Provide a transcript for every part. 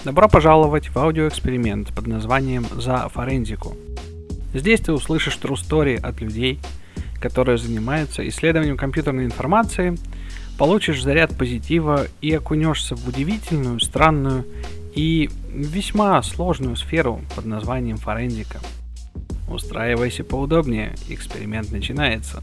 Добро пожаловать в аудиоэксперимент под названием «За форензику». Здесь ты услышишь true story от людей, которые занимаются исследованием компьютерной информации, получишь заряд позитива и окунешься в удивительную, странную и весьма сложную сферу под названием форензика. Устраивайся поудобнее, эксперимент начинается.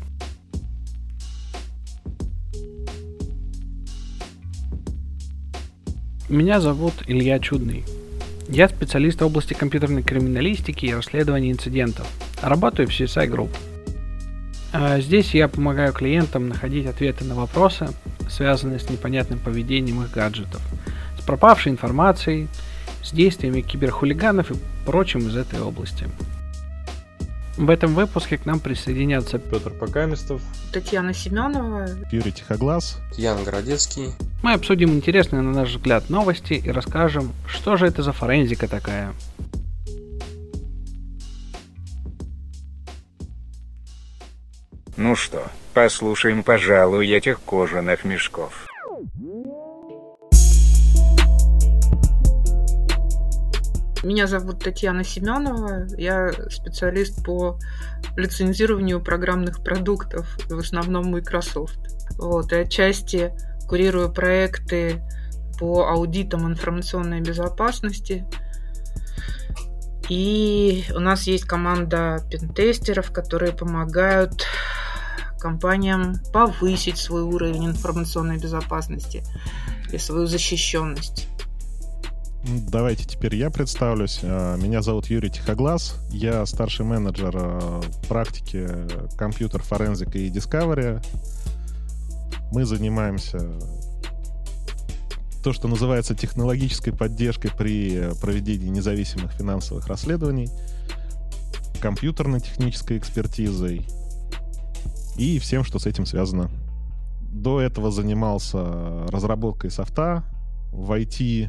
Меня зовут Илья Чудный. Я специалист в области компьютерной криминалистики и расследования инцидентов. Работаю в CSI Group. Здесь я помогаю клиентам находить ответы на вопросы, связанные с непонятным поведением их гаджетов, с пропавшей информацией, с действиями киберхулиганов и прочим из этой области. В этом выпуске к нам присоединятся Петр Покаместов, Татьяна Семенова, Юрий Тихоглаз, Ян Городецкий. Мы обсудим интересные, на наш взгляд, новости и расскажем, что же это за форензика такая. Ну что, послушаем, пожалуй, этих кожаных мешков. Меня зовут Татьяна Семенова, я специалист по лицензированию программных продуктов, в основном Microsoft. И отчасти курирую проекты по аудитам информационной безопасности. И у нас есть команда пентестеров, которые помогают компаниям повысить свой уровень информационной безопасности и свою защищенность. Давайте теперь я представлюсь. Меня зовут Юрий Тихоглаз. Я старший менеджер практики компьютер форензика и Discovery. Мы занимаемся то, что называется технологической поддержкой при проведении независимых финансовых расследований, компьютерной технической экспертизой и всем, что с этим связано. До этого занимался разработкой софта в IT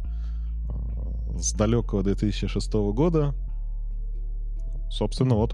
с далекого 2006 года. Собственно, вот.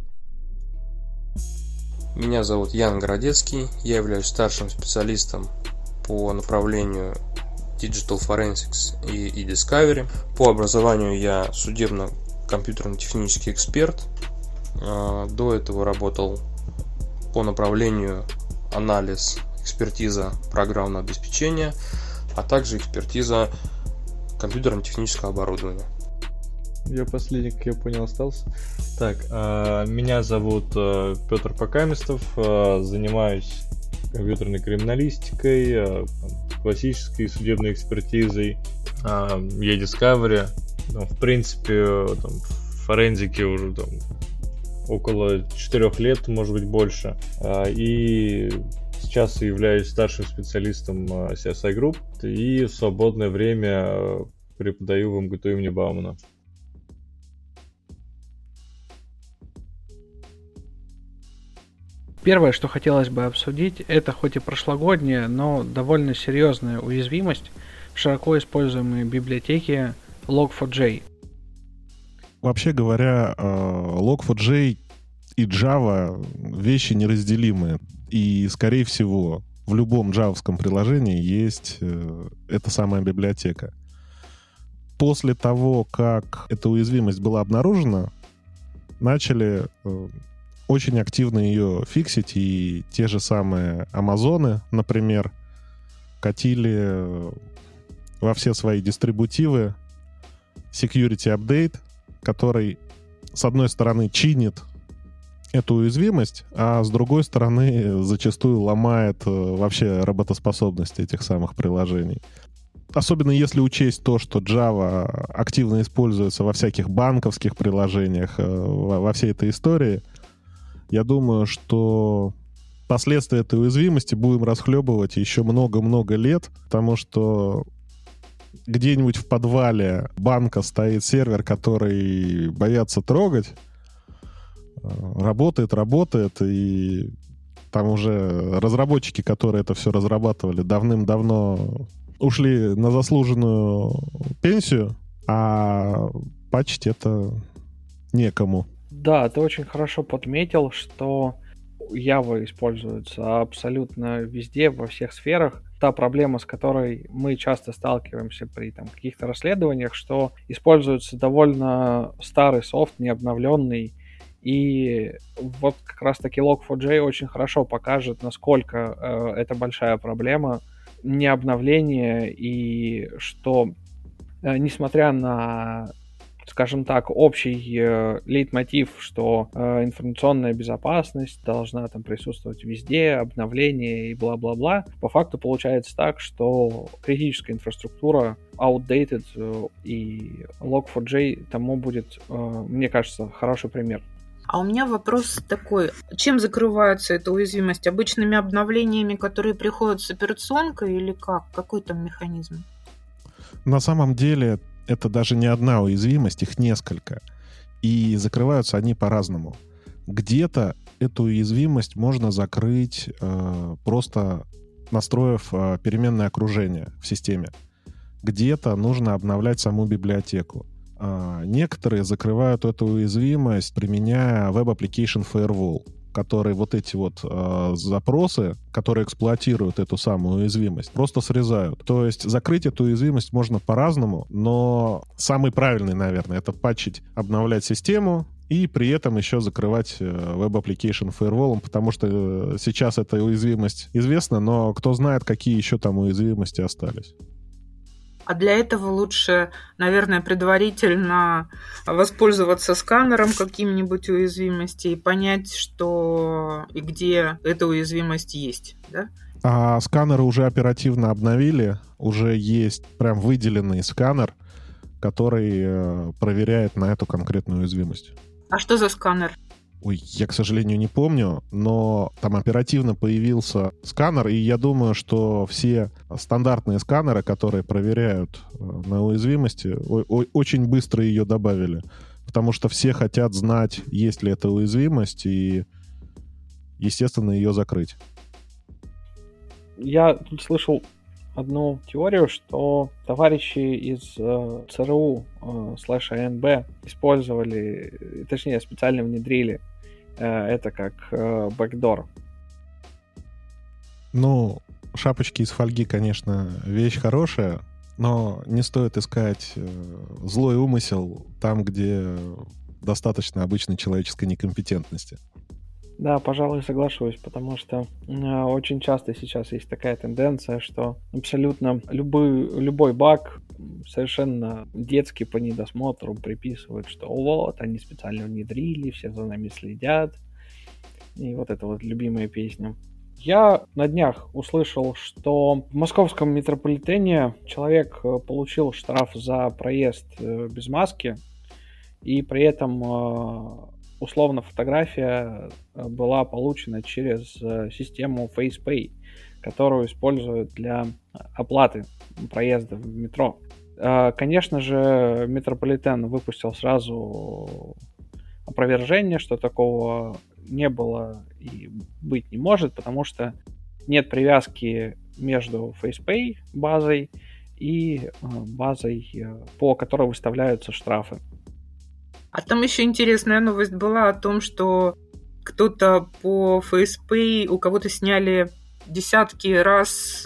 Меня зовут Ян Городецкий. Я являюсь старшим специалистом по направлению Digital Forensics и Discovery. По образованию я судебно-компьютерно-технический эксперт. До этого работал по направлению анализ, экспертиза программного обеспечения, а также экспертиза компьютерно-технического оборудования. Я последний, как я понял, остался. Так, меня зовут Петр Покаместов, занимаюсь компьютерной криминалистикой, классической судебной экспертизой, я Discovery. В принципе, в форензике уже около 4 лет, может быть, больше. И сейчас являюсь старшим специалистом CSI Group и в свободное время преподаю в МГТУ имени Баумана. Первое, что хотелось бы обсудить, это хоть и прошлогодняя, но довольно серьезная уязвимость в широко используемой библиотеке Log4j. Вообще говоря, Log4j и Java вещи неразделимые. И, скорее всего, в любом джавовском приложении есть эта самая библиотека. После того, как эта уязвимость была обнаружена, начали очень активно ее фиксить, и те же самые Амазоны, например, катили во все свои дистрибутивы security update, который, с одной стороны, чинит эту уязвимость, а с другой стороны, зачастую ломает вообще работоспособность этих самых приложений. Особенно если учесть то, что Java активно используется во всяких банковских приложениях, во всей этой истории, я думаю, что последствия этой уязвимости будем расхлебывать еще много-много лет, потому что где-нибудь в подвале банка стоит сервер, который боятся трогать, работает, и там уже разработчики, которые это все разрабатывали, давным-давно ушли на заслуженную пенсию, а патчить это некому. Да, ты очень хорошо подметил, что Java используется абсолютно везде, во всех сферах. Та проблема, с которой мы часто сталкиваемся при каких-то расследованиях, что используется довольно старый софт, необновленный. И вот как раз-таки Log4j очень хорошо покажет, насколько это большая проблема, необновление, и что, несмотря на, скажем так, общий лейтмотив, что информационная безопасность должна присутствовать везде, обновление и бла-бла-бла, по факту получается так, что критическая инфраструктура outdated, и Log4j тому будет, мне кажется, хороший пример. А у меня вопрос такой. Чем закрывается эта уязвимость? Обычными обновлениями, которые приходят с операционкой, или как? Какой там механизм? На самом деле это даже не одна уязвимость, их несколько. И закрываются они по-разному. Где-то эту уязвимость можно закрыть, просто настроив переменное окружение в системе. Где-то нужно обновлять саму библиотеку. Некоторые закрывают эту уязвимость, применяя Web Application Firewall, который вот эти запросы, которые эксплуатируют эту самую уязвимость, просто срезают. То есть закрыть эту уязвимость можно по-разному, но самый правильный, наверное, это патчить, обновлять систему и при этом еще закрывать Web Application Firewall, потому что сейчас эта уязвимость известна, но кто знает, какие еще там уязвимости остались. А для этого лучше, наверное, предварительно воспользоваться сканером каким-нибудь уязвимости и понять, что и где эта уязвимость есть, да? А сканеры уже оперативно обновили, уже есть прям выделенный сканер, который проверяет на эту конкретную уязвимость. А что за сканер? Ой, я, к сожалению, не помню, но там оперативно появился сканер, и я думаю, что все стандартные сканеры, которые проверяют на уязвимости, очень быстро ее добавили, потому что все хотят знать, есть ли эта уязвимость, и, естественно, ее закрыть. Я тут слышал одну теорию, что товарищи из ЦРУ /АНБ использовали, точнее, специально внедрили это как бэкдор. Ну, шапочки из фольги, конечно, вещь хорошая, но не стоит искать злой умысел там, где достаточно обычной человеческой некомпетентности. Да, пожалуй, соглашусь, потому что очень часто сейчас есть такая тенденция, что абсолютно любой баг совершенно детски по недосмотру приписывают, что вот, они специально внедрили, все за нами следят. И вот это любимая песня. Я на днях услышал, что в московском метрополитене человек получил штраф за проезд без маски, и при этом условно фотография была получена через систему FacePay, которую используют для оплаты проезда в метро. Конечно же, метрополитен выпустил сразу опровержение, что такого не было и быть не может, потому что нет привязки между FacePay базой и базой, по которой выставляются штрафы. А там еще интересная новость была о том, что кто-то по FacePay, у кого-то сняли десятки раз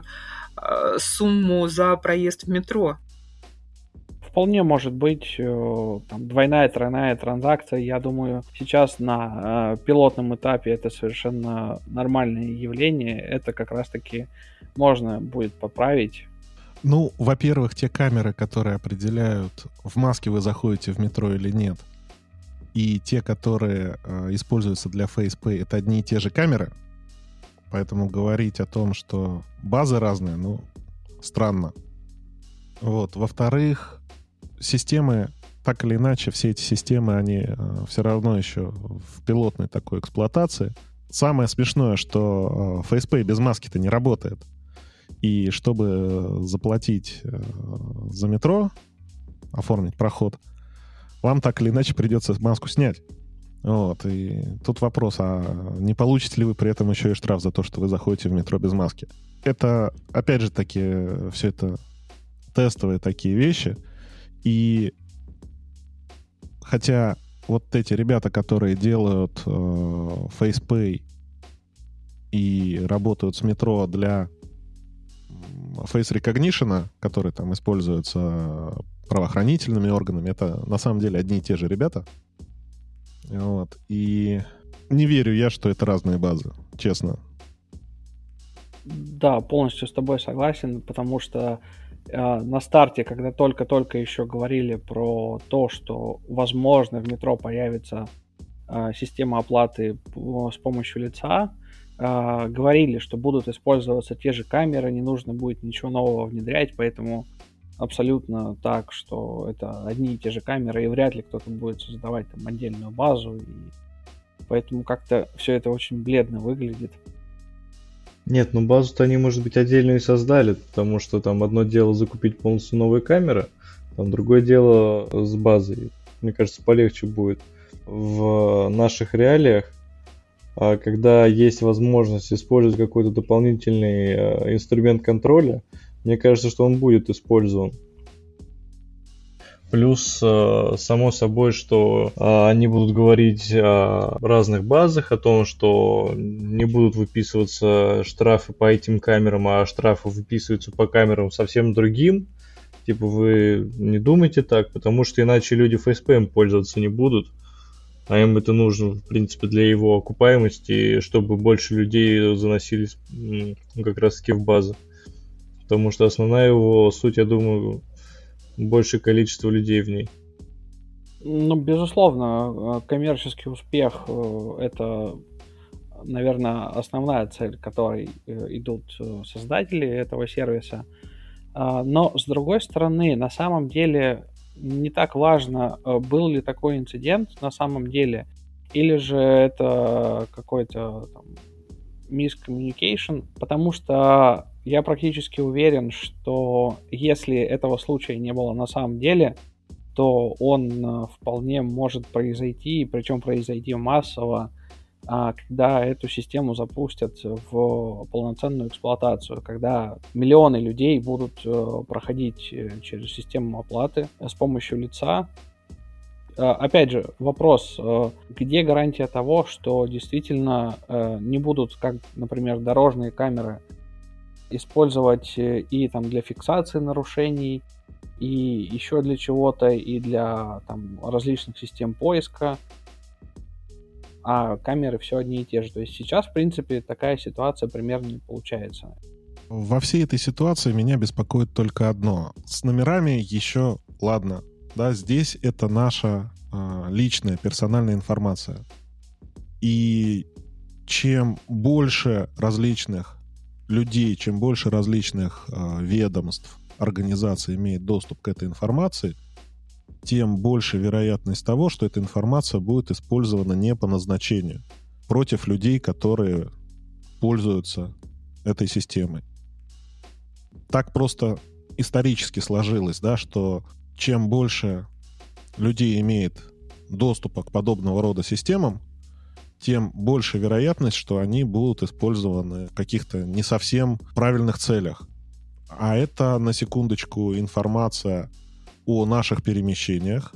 сумму за проезд в метро. Вполне может быть двойная, тройная транзакция. Я думаю, сейчас на пилотном этапе это совершенно нормальное явление. Это как раз-таки можно будет поправить. Ну, во-первых, те камеры, которые определяют, в маске вы заходите в метро или нет, и те, которые используются для FacePay, это одни и те же камеры. Поэтому говорить о том, что базы разные, странно. Вот. Во-вторых, системы, так или иначе, все эти системы, они все равно еще в пилотной такой эксплуатации. Самое смешное, что FacePay без маски-то не работает. И чтобы заплатить за метро, оформить проход, вам так или иначе придется маску снять. Вот. И тут вопрос, а не получите ли вы при этом еще и штраф за то, что вы заходите в метро без маски? Это, опять же таки, все это тестовые такие вещи. И хотя вот эти ребята, которые делают FacePay и работают с метро для Face Recognition, который там используется правоохранительными органами, это на самом деле одни и те же ребята. Вот. И не верю я, что это разные базы, честно. Да, полностью с тобой согласен, потому что на старте, когда только-только еще говорили про то, что, возможно, в метро появится система оплаты с помощью лица, говорили, что будут использоваться те же камеры, не нужно будет ничего нового внедрять, поэтому абсолютно так, что это одни и те же камеры, и вряд ли кто-то будет создавать там отдельную базу, и поэтому как-то все это очень бледно выглядит. Нет, ну базу-то они, может быть, отдельно и создали, потому что там одно дело закупить полностью новые камеры, там другое дело с базой. Мне кажется, полегче будет в наших реалиях, когда есть возможность использовать какой-то дополнительный инструмент контроля. Мне кажется, что он будет использован. Плюс, само собой, что они будут говорить о разных базах, о том, что не будут выписываться штрафы по этим камерам, а штрафы выписываются по камерам совсем другим. Типа вы не думайте так, потому что иначе люди FacePay пользоваться не будут. А им это нужно, в принципе, для его окупаемости, чтобы больше людей заносились как раз-таки в базы. Потому что основная его суть, я думаю, большее количество людей в ней. Ну, безусловно, коммерческий успех – это, наверное, основная цель, к которой идут создатели этого сервиса. Но, с другой стороны, на самом деле не так важно, был ли такой инцидент на самом деле, или же это какой-то там miscommunication, потому что я практически уверен, что если этого случая не было на самом деле, то он вполне может произойти, причем произойти массово, когда эту систему запустят в полноценную эксплуатацию, когда миллионы людей будут проходить через систему оплаты с помощью лица. Опять же, вопрос, где гарантия того, что действительно не будут, как, например, дорожные камеры, использовать и там для фиксации нарушений, и еще для чего-то, и для там различных систем поиска, а камеры все одни и те же. То есть сейчас, в принципе, такая ситуация примерно не получается. Во всей этой ситуации меня беспокоит только одно. С номерами еще ладно. Да, здесь это наша личная, персональная информация. И чем больше различных людей, чем больше различных ведомств, организаций имеет доступ к этой информации, тем больше вероятность того, что эта информация будет использована не по назначению, против людей, которые пользуются этой системой. Так просто исторически сложилось, да, что чем больше людей имеет доступа к подобного рода системам, тем больше вероятность, что они будут использованы в каких-то не совсем правильных целях. А это, на секундочку, информация о наших перемещениях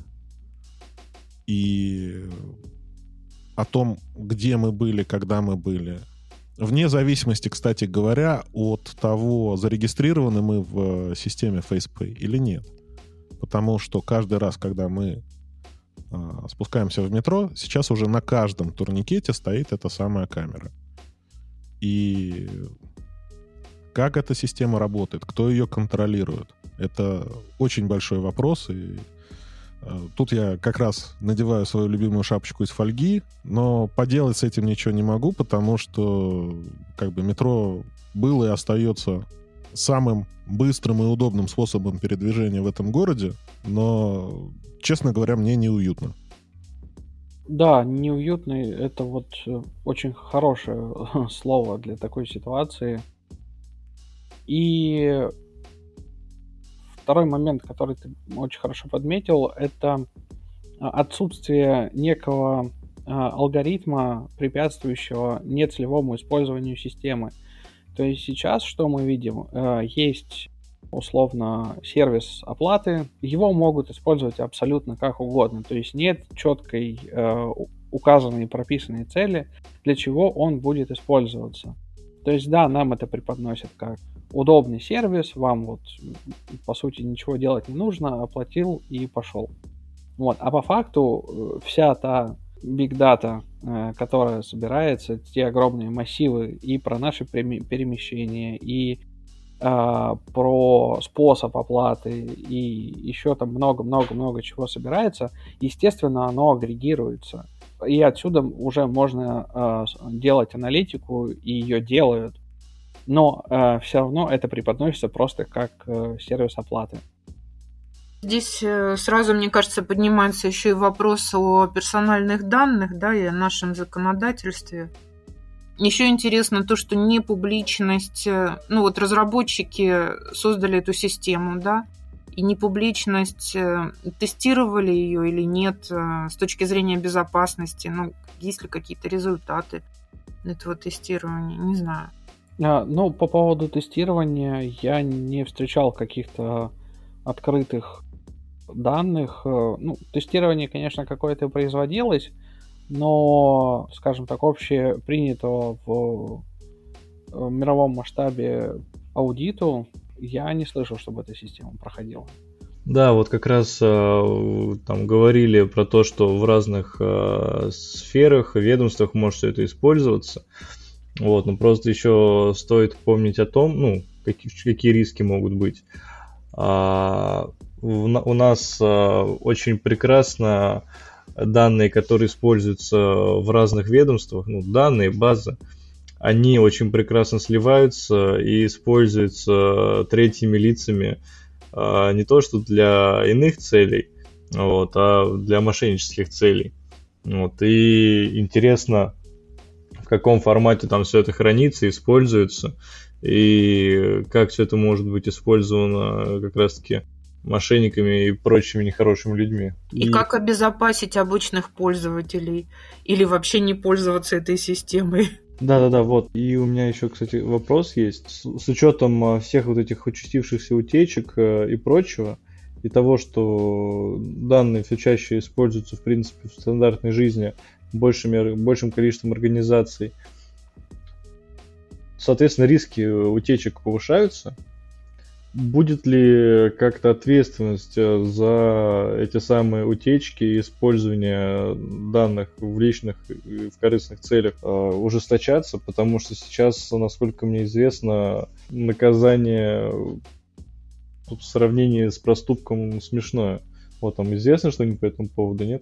и о том, где мы были, когда мы были. Вне зависимости, кстати говоря, от того, зарегистрированы мы в системе FacePay или нет. Потому что каждый раз, когда мы спускаемся в метро, сейчас уже на каждом турникете стоит эта самая камера. И как эта система работает, кто ее контролирует, это очень большой вопрос. И тут я как раз надеваю свою любимую шапочку из фольги, но поделать с этим ничего не могу, потому что как бы метро было и остается самым быстрым и удобным способом передвижения в этом городе, но, честно говоря, мне неуютно. Да, неуютный — это вот очень хорошее слово для такой ситуации. И второй момент, который ты очень хорошо подметил, это отсутствие некого алгоритма, препятствующего нецелевому использованию системы. То есть сейчас что мы видим? Есть условно сервис оплаты, его могут использовать абсолютно как угодно. То есть нет четкой указанной и прописанной цели, для чего он будет использоваться. То есть да, нам это преподносят как удобный сервис, вам вот по сути ничего делать не нужно, оплатил и пошел. Вот. А по факту вся та big data, которая собирается, те огромные массивы и про наши перемещения, и про способ оплаты, и еще там много-много-много чего собирается, естественно, оно агрегируется. И отсюда уже можно делать аналитику, и ее делают. Но все равно это преподносится просто как сервис оплаты. Здесь сразу, мне кажется, поднимается еще и вопрос о персональных данных, да, и о нашем законодательстве. Еще интересно то, что непубличность, ну вот разработчики создали эту систему, да, и непубличность, тестировали ее или нет с точки зрения безопасности, ну, есть ли какие-то результаты этого тестирования, не знаю. Ну, по поводу тестирования я не встречал каких-то открытых данных. Ну, тестирование, конечно, какое-то производилось, но, скажем так, общепринятого в мировом масштабе аудиту я не слышал, чтобы эта система проходила. Да, вот как раз там говорили про то, что в разных сферах, ведомствах может все это использоваться. Вот, но просто еще стоит помнить о том, ну, какие риски могут быть. У нас очень прекрасно данные, которые используются в разных ведомствах, ну, данные, базы, они очень прекрасно сливаются и используются третьими лицами не то что для иных целей, вот, а для мошеннических целей. Вот, и интересно, в каком формате там все это хранится, используется, и как все это может быть использовано как раз-таки мошенниками и прочими нехорошими людьми. И как обезопасить обычных пользователей или вообще не пользоваться этой системой? Да, вот. И у меня еще, кстати, вопрос есть. С учетом всех вот этих участившихся утечек и прочего, и того, что данные все чаще используются, в принципе, в стандартной жизни большим количеством организаций, соответственно, риски утечек повышаются. Будет ли как-то ответственность за эти самые утечки и использование данных в личных и в корыстных целях ужесточаться? Потому что сейчас, насколько мне известно, наказание в сравнении с проступком смешное. Вот там известно что-нибудь по этому поводу, нет?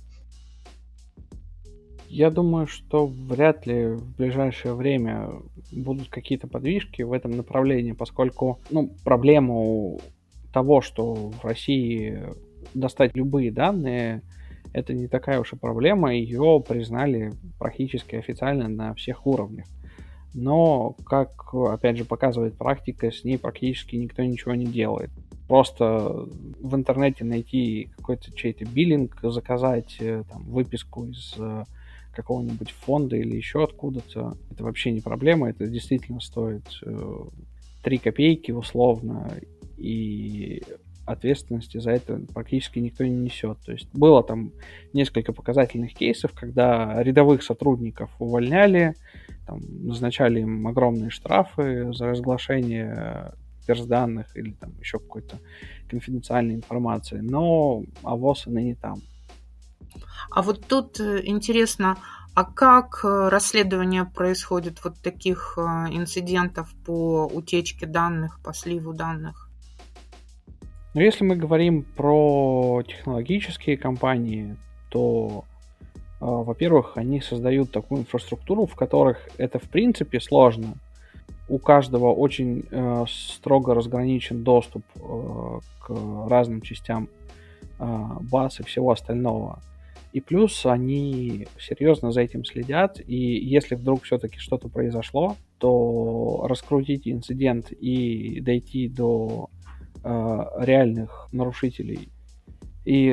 Я думаю, что вряд ли в ближайшее время будут какие-то подвижки в этом направлении, поскольку, проблему того, что в России достать любые данные, это не такая уж и проблема, ее признали практически официально на всех уровнях. Но, как, опять же, показывает практика, с ней практически никто ничего не делает. Просто в интернете найти какой-то чей-то биллинг, заказать там выписку из какого-нибудь фонда или еще откуда-то, это вообще не проблема, это действительно стоит 3 копейки условно, и ответственности за это практически никто не несет. То есть было там несколько показательных кейсов, когда рядовых сотрудников увольняли, там, назначали им огромные штрафы за разглашение персданных или там еще какой-то конфиденциальной информации, но АВОС и ныне там. А вот тут интересно, а как расследование происходит вот таких инцидентов по утечке данных, по сливу данных? Но если мы говорим про технологические компании, то, во-первых, они создают такую инфраструктуру, в которых это в принципе сложно. У каждого очень строго разграничен доступ к разным частям баз и всего остального. И плюс они серьезно за этим следят, и если вдруг все-таки что-то произошло, то раскрутить инцидент и дойти до реальных нарушителей и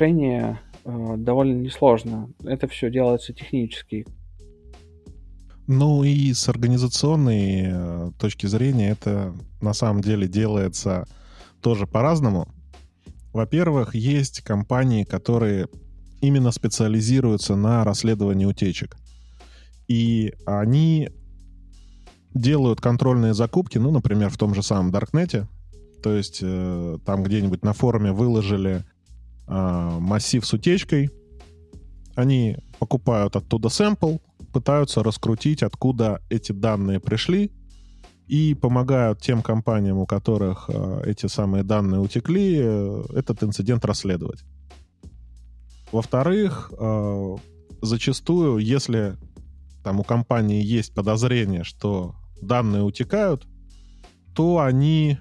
разглашения довольно несложно. Это все делается технически. Ну и с организационной точки зрения это на самом деле делается тоже по-разному. Во-первых, есть компании, которые именно специализируются на расследовании утечек. И они делают контрольные закупки, ну, например, в том же самом Даркнете. То есть там где-нибудь на форуме выложили массив с утечкой. Они покупают оттуда сэмпл, пытаются раскрутить, откуда эти данные пришли, и помогают тем компаниям, у которых эти самые данные утекли, этот инцидент расследовать. Во-вторых, зачастую, если там у компании есть подозрение, что данные утекают, то они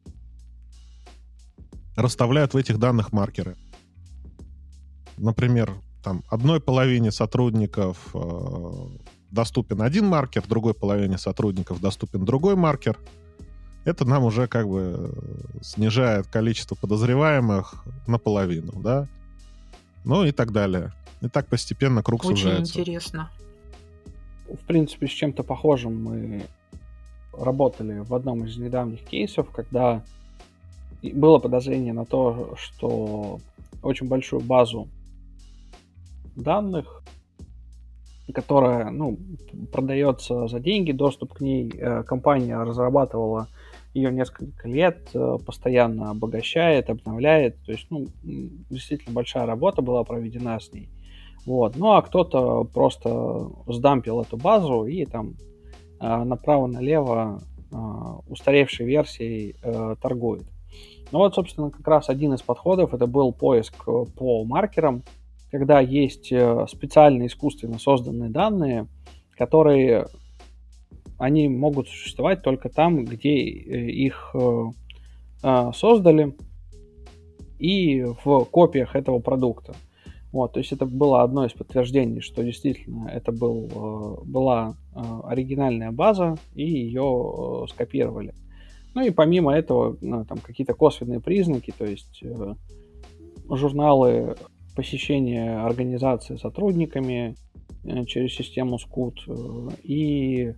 расставляют в этих данных маркеры. Например, там одной половине сотрудников доступен один маркер, другой половине сотрудников доступен другой маркер. Это нам уже как бы снижает количество подозреваемых наполовину, да? Ну и так далее. И так постепенно круг сужается. Очень интересно. В принципе, с чем-то похожим мы работали в одном из недавних кейсов, когда было подозрение на то, что очень большую базу данных, которая, продается за деньги, доступ к ней, компания разрабатывала ее несколько лет, постоянно обогащает, обновляет, то есть, действительно большая работа была проведена с ней. Вот. Ну, а кто-то просто сдампил эту базу и там направо-налево устаревшей версией торгует. Ну вот, собственно, как раз один из подходов это был поиск по маркерам, когда есть специально искусственно созданные данные, которые они могут существовать только там, где их создали, и в копиях этого продукта. Вот, то есть это было одно из подтверждений, что действительно это была оригинальная база, и ее скопировали. Ну и помимо этого, там какие-то косвенные признаки, то есть журналы посещения организации сотрудниками через систему SCUT и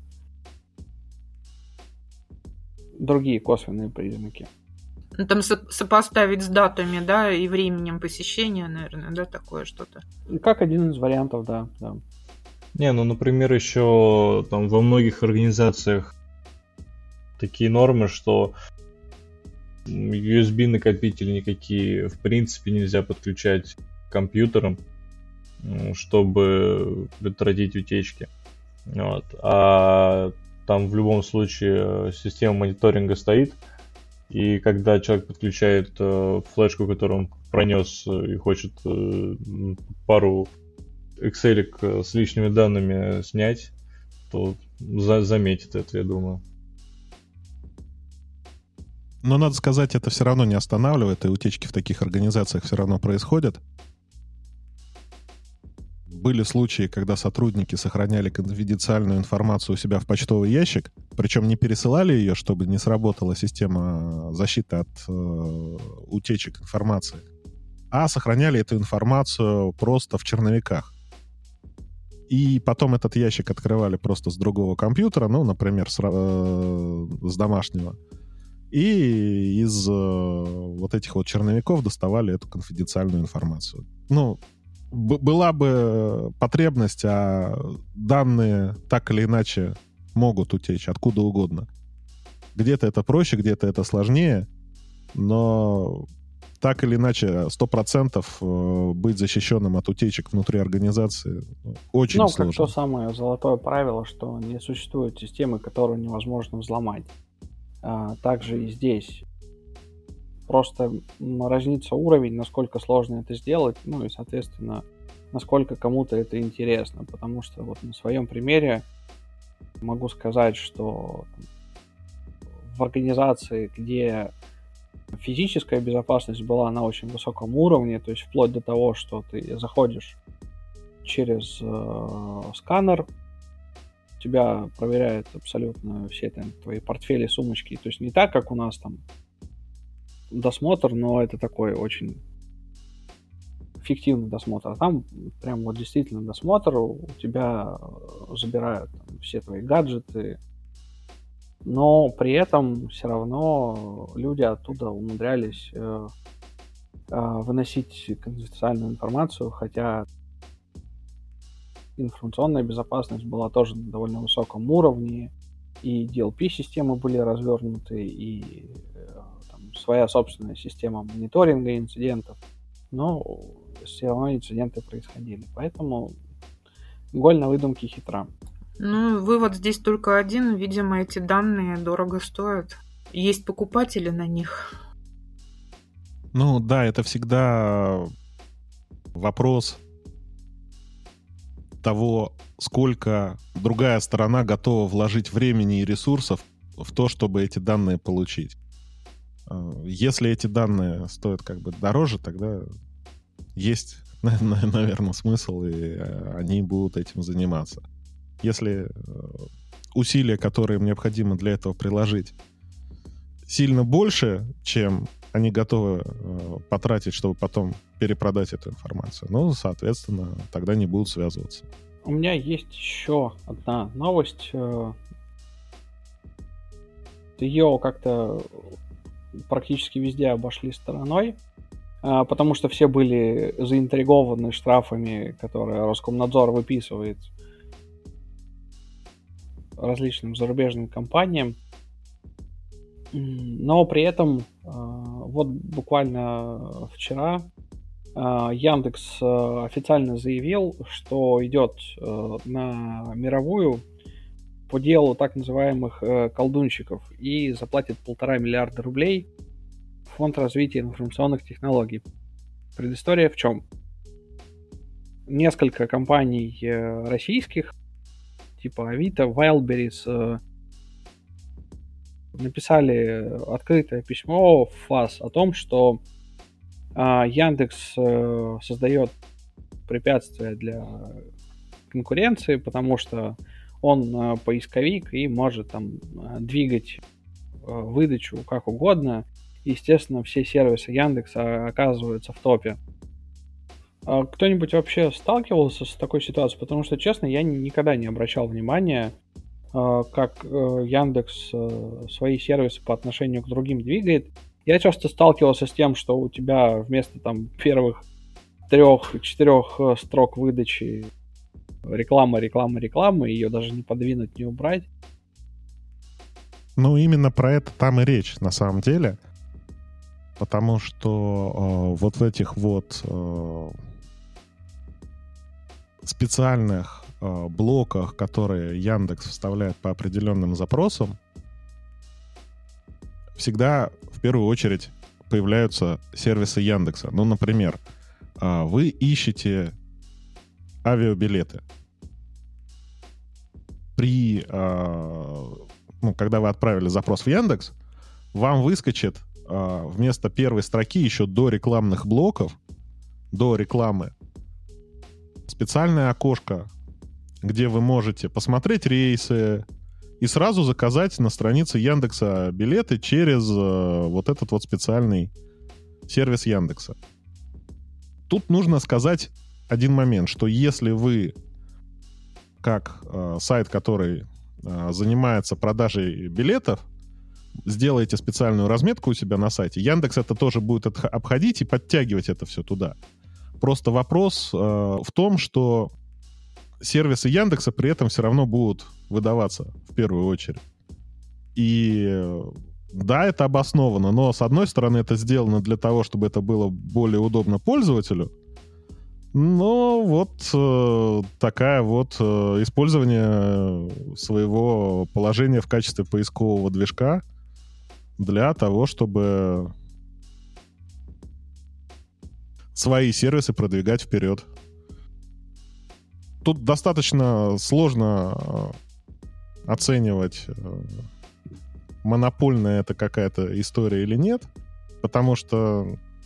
другие косвенные признаки. Ну, там сопоставить с датами, да, и временем посещения, наверное, да, такое что-то. Как один из вариантов, да. Не, например, еще там во многих организациях такие нормы, что USB-накопители никакие в принципе нельзя подключать к компьютерам, чтобы предотвратить утечки. Вот. А там в любом случае система мониторинга стоит, и когда человек подключает флешку, которую он пронес и хочет пару Excel с лишними данными снять, то заметит это, я думаю. Но надо сказать, это все равно не останавливает, и утечки в таких организациях все равно происходят. Были случаи, когда сотрудники сохраняли конфиденциальную информацию у себя в почтовый ящик, причем не пересылали ее, чтобы не сработала система защиты от утечек информации, а сохраняли эту информацию просто в черновиках. И потом этот ящик открывали просто с другого компьютера, например, с домашнего. И из вот этих вот черновиков доставали эту конфиденциальную информацию. Была бы потребность, а данные так или иначе могут утечь откуда угодно. Где-то это проще, где-то это сложнее, но так или иначе 100% быть защищенным от утечек внутри организации очень сложно. Как то самое золотое правило, что не существует системы, которую невозможно взломать. Также и здесь. Просто разнится уровень, насколько сложно это сделать, и, соответственно, насколько кому-то это интересно. Потому что вот на своем примере могу сказать, что в организации, где физическая безопасность была на очень высоком уровне, то есть вплоть до того, что ты заходишь через сканер, тебя проверяют абсолютно все там твои портфели, сумочки. То есть не так, как у нас там досмотр, но это такой очень фиктивный досмотр, а там прям вот действительно досмотр, у тебя забирают там все твои гаджеты, но при этом все равно люди оттуда умудрялись выносить конфиденциальную информацию, хотя информационная безопасность была тоже на довольно высоком уровне, и DLP-системы были развернуты, и там, своя собственная система мониторинга инцидентов, но все равно инциденты происходили. Поэтому голь на выдумке хитра. Ну, вывод здесь только один. Видимо, эти данные дорого стоят. Есть покупатели на них. Ну да, это всегда вопрос того, сколько другая сторона готова вложить времени и ресурсов в то, чтобы эти данные получить. Если эти данные стоят как бы дороже, тогда есть, наверное, смысл, и они будут этим заниматься. Если усилия, которые им необходимо для этого приложить, сильно больше, чем они готовы потратить, чтобы потом перепродать эту информацию, ну, соответственно, тогда не будут связываться. У меня есть еще одна новость. Ее как-то практически везде обошли стороной, потому что все были заинтригованы штрафами, которые Роскомнадзор выписывает различным зарубежным компаниям. Но при этом вот буквально вчера Яндекс официально заявил, что идет на мировую по делу так называемых колдунщиков и заплатит 1,5 миллиарда рублей в Фонд развития информационных технологий. Предыстория в чем? Несколько компаний российских, типа Авито, Wildberries, написали открытое письмо в ФАС о том, что Яндекс создает препятствия для конкуренции, потому что он поисковик и может там двигать выдачу как угодно. Естественно, все сервисы Яндекса оказываются в топе. Кто-нибудь вообще сталкивался с такой ситуацией? Потому что, честно, я никогда не обращал внимания, как Яндекс свои сервисы по отношению к другим двигает. Я часто сталкивался с тем, что у тебя вместо там первых 3-4 строк выдачи реклама, ее даже не подвинуть, не убрать. Ну, именно про это там и речь, на самом деле. Потому что вот в этих вот специальных блоках, которые Яндекс вставляет по определенным запросам, всегда в первую очередь появляются сервисы Яндекса. Ну, например, вы ищете авиабилеты. Когда вы отправили запрос в Яндекс, вам выскочит вместо первой строки еще до рекламных блоков, до рекламы, специальное окошко, где вы можете посмотреть рейсы и сразу заказать на странице Яндекса билеты через вот этот вот специальный сервис Яндекса. Тут нужно сказать один момент, что если вы, как сайт, который занимается продажей билетов, сделаете специальную разметку у себя на сайте, Яндекс это тоже будет обходить и подтягивать это все туда. Просто вопрос в том, что сервисы Яндекса при этом все равно будут выдаваться в первую очередь. И да, это обосновано, но с одной стороны это сделано для того, чтобы это было более удобно пользователю, но вот такая вот использование своего положения в качестве поискового движка для того, чтобы свои сервисы продвигать вперед. Тут достаточно сложно оценивать, монопольная это какая-то история или нет, потому что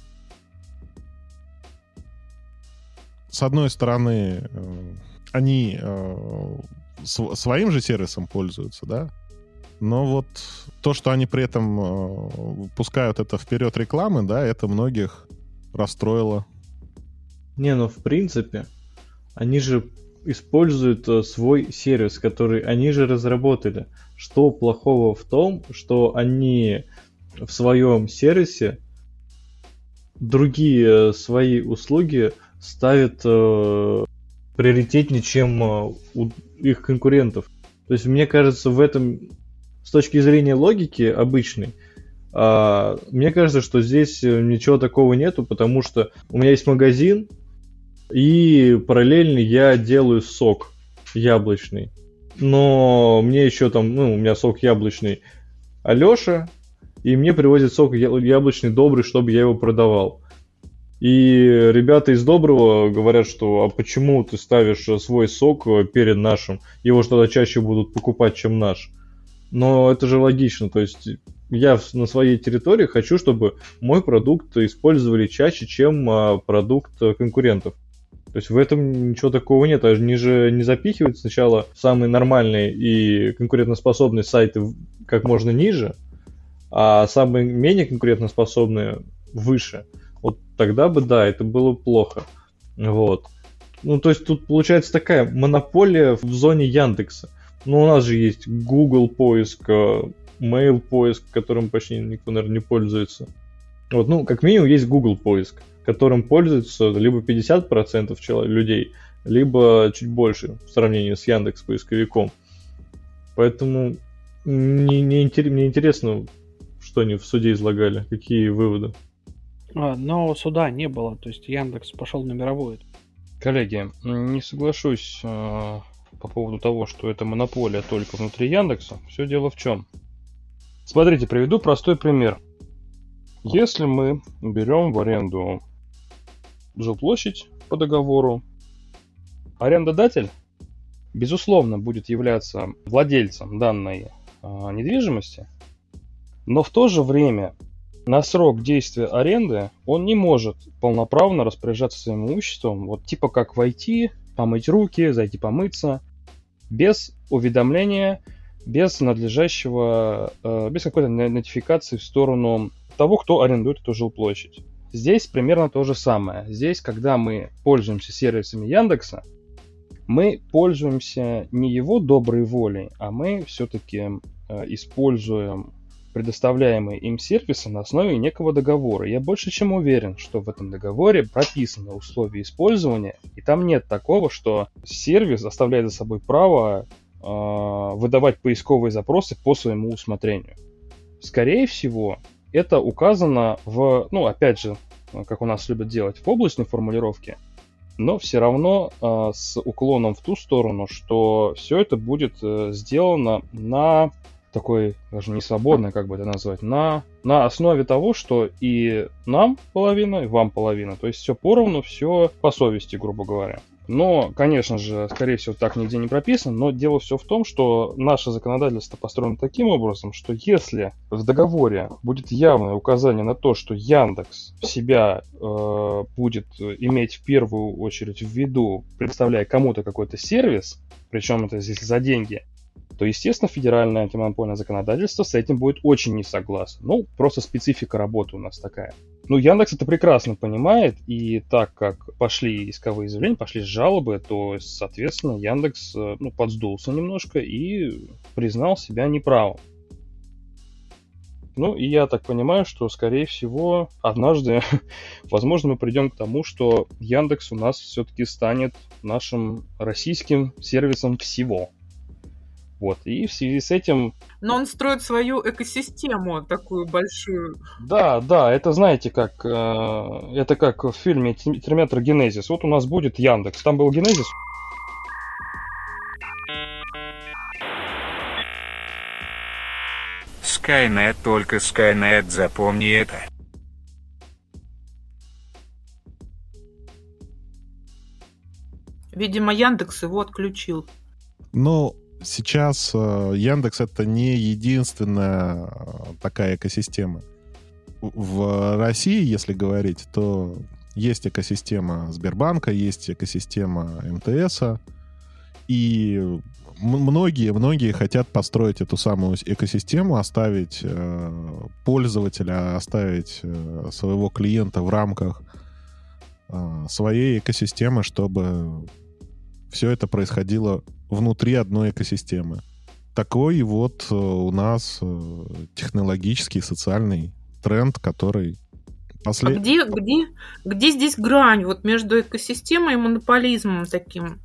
с одной стороны они своим же сервисом пользуются, да, но вот то, что они при этом пускают это вперед рекламы, да, это многих расстроило. Не, ну в принципе, они же используют свой сервис, который они же разработали. Что плохого в том, что они в своем сервисе другие свои услуги ставят приоритетнее, чем у их конкурентов. То есть, мне кажется, в этом, с точки зрения логики обычной, мне кажется, что здесь ничего такого нету, потому что у меня есть магазин, и параллельно я делаю сок яблочный. Но мне еще там, у меня сок яблочный Алеша, и мне привозят сок яблочный Добрый, чтобы я его продавал. И ребята из Доброго говорят, что а почему ты ставишь свой сок перед нашим? Его же тогда чаще будут покупать, чем наш. Но это же логично, то есть я на своей территории хочу, чтобы мой продукт использовали чаще, чем продукт конкурентов. То есть в этом ничего такого нет. Они же не запихивают сначала самые нормальные и конкурентоспособные сайты как можно ниже, а самые менее конкурентоспособные выше. Вот тогда бы, да, это было плохо. Вот. Ну, то есть тут получается такая монополия в зоне Яндекса. Ну, у нас же есть Google поиск, Mail поиск, которым почти никто, наверное, не пользуется. Вот, ну, как минимум есть Google поиск, которым пользуются либо 50% людей, либо чуть больше в сравнении с Яндекс поисковиком. Поэтому мне интересно, что они в суде излагали, какие выводы. Но суда не было, то есть Яндекс пошел на мировую. Коллеги, не соглашусь по поводу того, что это монополия только внутри Яндекса. Все дело в чем? Смотрите, приведу простой пример. Если мы берем в аренду жилплощадь по договору, арендодатель, безусловно, будет являться владельцем данной недвижимости, но в то же время на срок действия аренды он не может полноправно распоряжаться своим имуществом, вот типа как войти, помыть руки, зайти помыться, без уведомления, без надлежащего, без какой-то нотификации в сторону того, кто арендует эту жилплощадь. Здесь примерно то же самое. Здесь, когда мы пользуемся сервисами Яндекса, мы пользуемся не его доброй волей, а мы все-таки используем предоставляемые им сервисы на основе некого договора. Я больше чем уверен, что в этом договоре прописаны условия использования, и там нет такого, что сервис оставляет за собой право выдавать поисковые запросы по своему усмотрению. Скорее всего, это указано в, опять же, как у нас любят делать, в облачной формулировке, но все равно с уклоном в ту сторону, что все это будет сделано на такой, даже не свободной, как бы это назвать, на основе того, что и нам половина, и вам половина. То есть все поровну, все по совести, грубо говоря. Но, конечно же, скорее всего, так нигде не прописано, но дело все в том, что наше законодательство построено таким образом, что если в договоре будет явное указание на то, что Яндекс себя будет иметь в первую очередь в виду, предоставляя кому-то какой-то сервис, причем это здесь за деньги, то, естественно, федеральное антимонопольное законодательство с этим будет очень не согласно. Ну, просто специфика работы у нас такая. Ну, Яндекс это прекрасно понимает, и так как пошли исковые заявления, пошли жалобы, то, соответственно, Яндекс подсдулся немножко и признал себя неправым. Ну, и я так понимаю, что, скорее всего, однажды, возможно, мы придем к тому, что Яндекс у нас все-таки станет нашим российским сервисом всего. Вот. И в связи с этим... Но он строит свою экосистему такую большую. Да, это знаете, как это как в фильме «Терминатор Генезис». Вот у нас будет Яндекс. Там был Генезис. Skynet, только Skynet, запомни это. Видимо, Яндекс его отключил. Ну, сейчас Яндекс это не единственная такая экосистема. В России, если говорить, то есть экосистема Сбербанка, есть экосистема МТСа, и многие хотят построить эту самую экосистему, оставить пользователя, оставить своего клиента в рамках своей экосистемы, чтобы все это происходило внутри одной экосистемы. Такой вот у нас технологический, социальный тренд, который... А где здесь грань вот между экосистемой и монополизмом таким?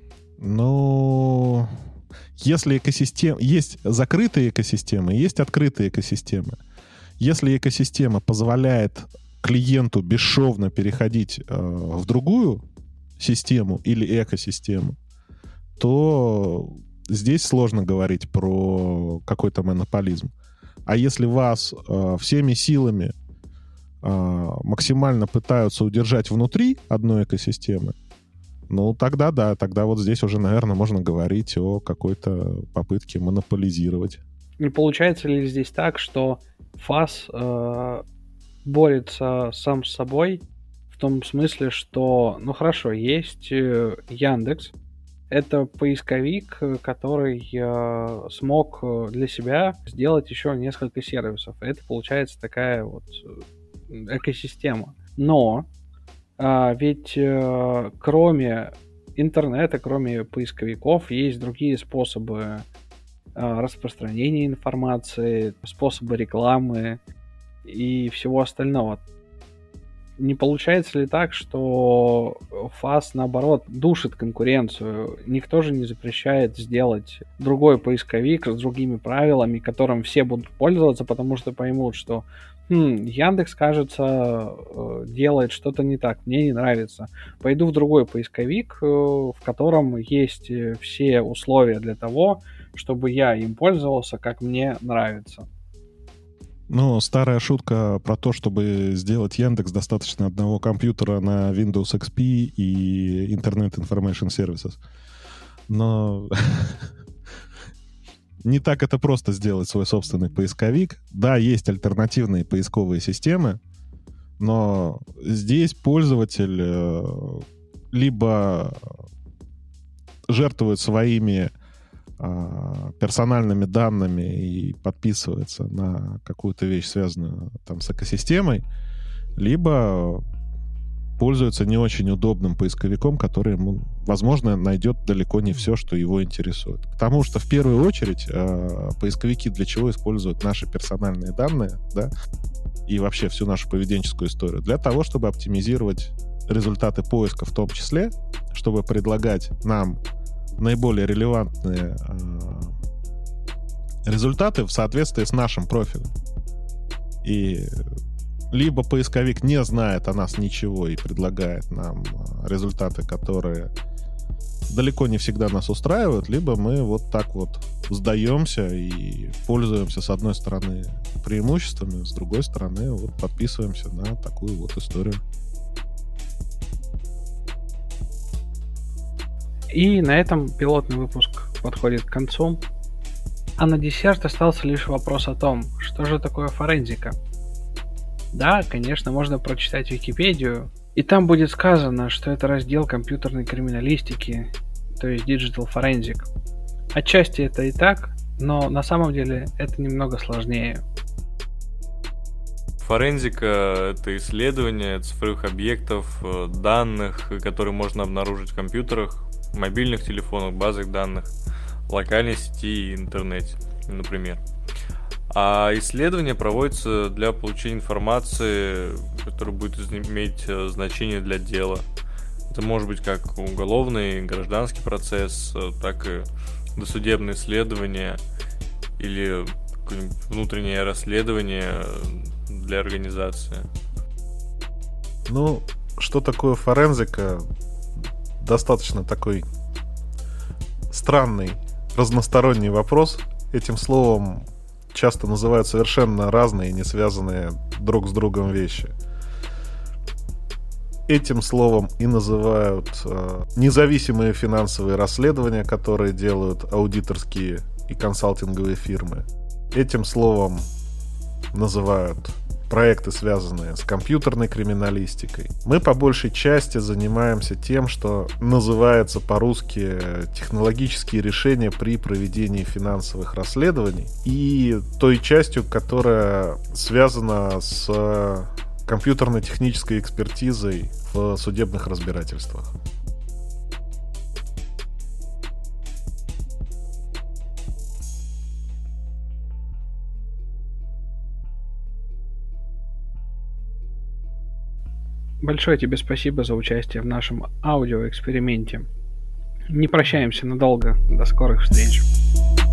Ну, если экосистема... Есть закрытые экосистемы, есть открытые экосистемы. Если экосистема позволяет клиенту бесшовно переходить в другую систему или экосистему, то здесь сложно говорить про какой-то монополизм. А если вас всеми силами максимально пытаются удержать внутри одной экосистемы, ну тогда да, тогда вот здесь уже, наверное, можно говорить о какой-то попытке монополизировать. Не получается ли здесь так, что ФАС борется сам с собой в том смысле, что, ну хорошо, есть Яндекс, это поисковик, который смог для себя сделать еще несколько сервисов. Это получается такая вот экосистема. Но ведь кроме интернета, кроме поисковиков, есть другие способы распространения информации, способы рекламы и всего остального. Не получается ли так, что ФАС, наоборот, душит конкуренцию? Никто же не запрещает сделать другой поисковик с другими правилами, которым все будут пользоваться, потому что поймут, что Яндекс, кажется, делает что-то не так, мне не нравится. Пойду в другой поисковик, в котором есть все условия для того, чтобы я им пользовался, как мне нравится. Ну, старая шутка про то, чтобы сделать Яндекс, достаточно одного компьютера на Windows XP и Internet Information Services. Но не так это просто сделать свой собственный поисковик. Да, есть альтернативные поисковые системы, но здесь пользователь либо жертвует своими персональными данными и подписывается на какую-то вещь, связанную там с экосистемой, либо пользуется не очень удобным поисковиком, который ему, возможно, найдет далеко не все, что его интересует. Потому что в первую очередь поисковики для чего используют наши персональные данные, да, и вообще всю нашу поведенческую историю? Для того, чтобы оптимизировать результаты поиска в том числе, чтобы предлагать нам наиболее релевантные результаты в соответствии с нашим профилем. И либо поисковик не знает о нас ничего и предлагает нам результаты, которые далеко не всегда нас устраивают, либо мы вот так вот сдаемся и пользуемся, с одной стороны, преимуществами, с другой стороны, вот подписываемся на такую вот историю. И на этом пилотный выпуск подходит к концу. А на десерт остался лишь вопрос о том, что же такое форензика. Да, конечно, можно прочитать Википедию, и там будет сказано, что это раздел компьютерной криминалистики, то есть Digital Forensic. Отчасти это и так, но на самом деле это немного сложнее. Форензика — это исследование цифровых объектов, данных, которые можно обнаружить в компьютерах, мобильных телефонах, базах данных, локальной сети и интернете, например. А исследование проводится для получения информации, которая будет иметь значение для дела. Это может быть как уголовный, гражданский процесс, так и досудебное исследование или внутреннее расследование для организации. Ну, что такое форензика? Достаточно такой странный, разносторонний вопрос. Этим словом часто называют совершенно разные, не связанные друг с другом вещи. Этим словом и называют независимые финансовые расследования, которые делают аудиторские и консалтинговые фирмы. Этим словом называют проекты, связанные с компьютерной криминалистикой. Мы по большей части занимаемся тем, что называется по-русски технологические решения при проведении финансовых расследований, и той частью, которая связана с компьютерно-технической экспертизой в судебных разбирательствах. Большое тебе спасибо за участие в нашем аудиоэксперименте. Не прощаемся надолго. До скорых встреч.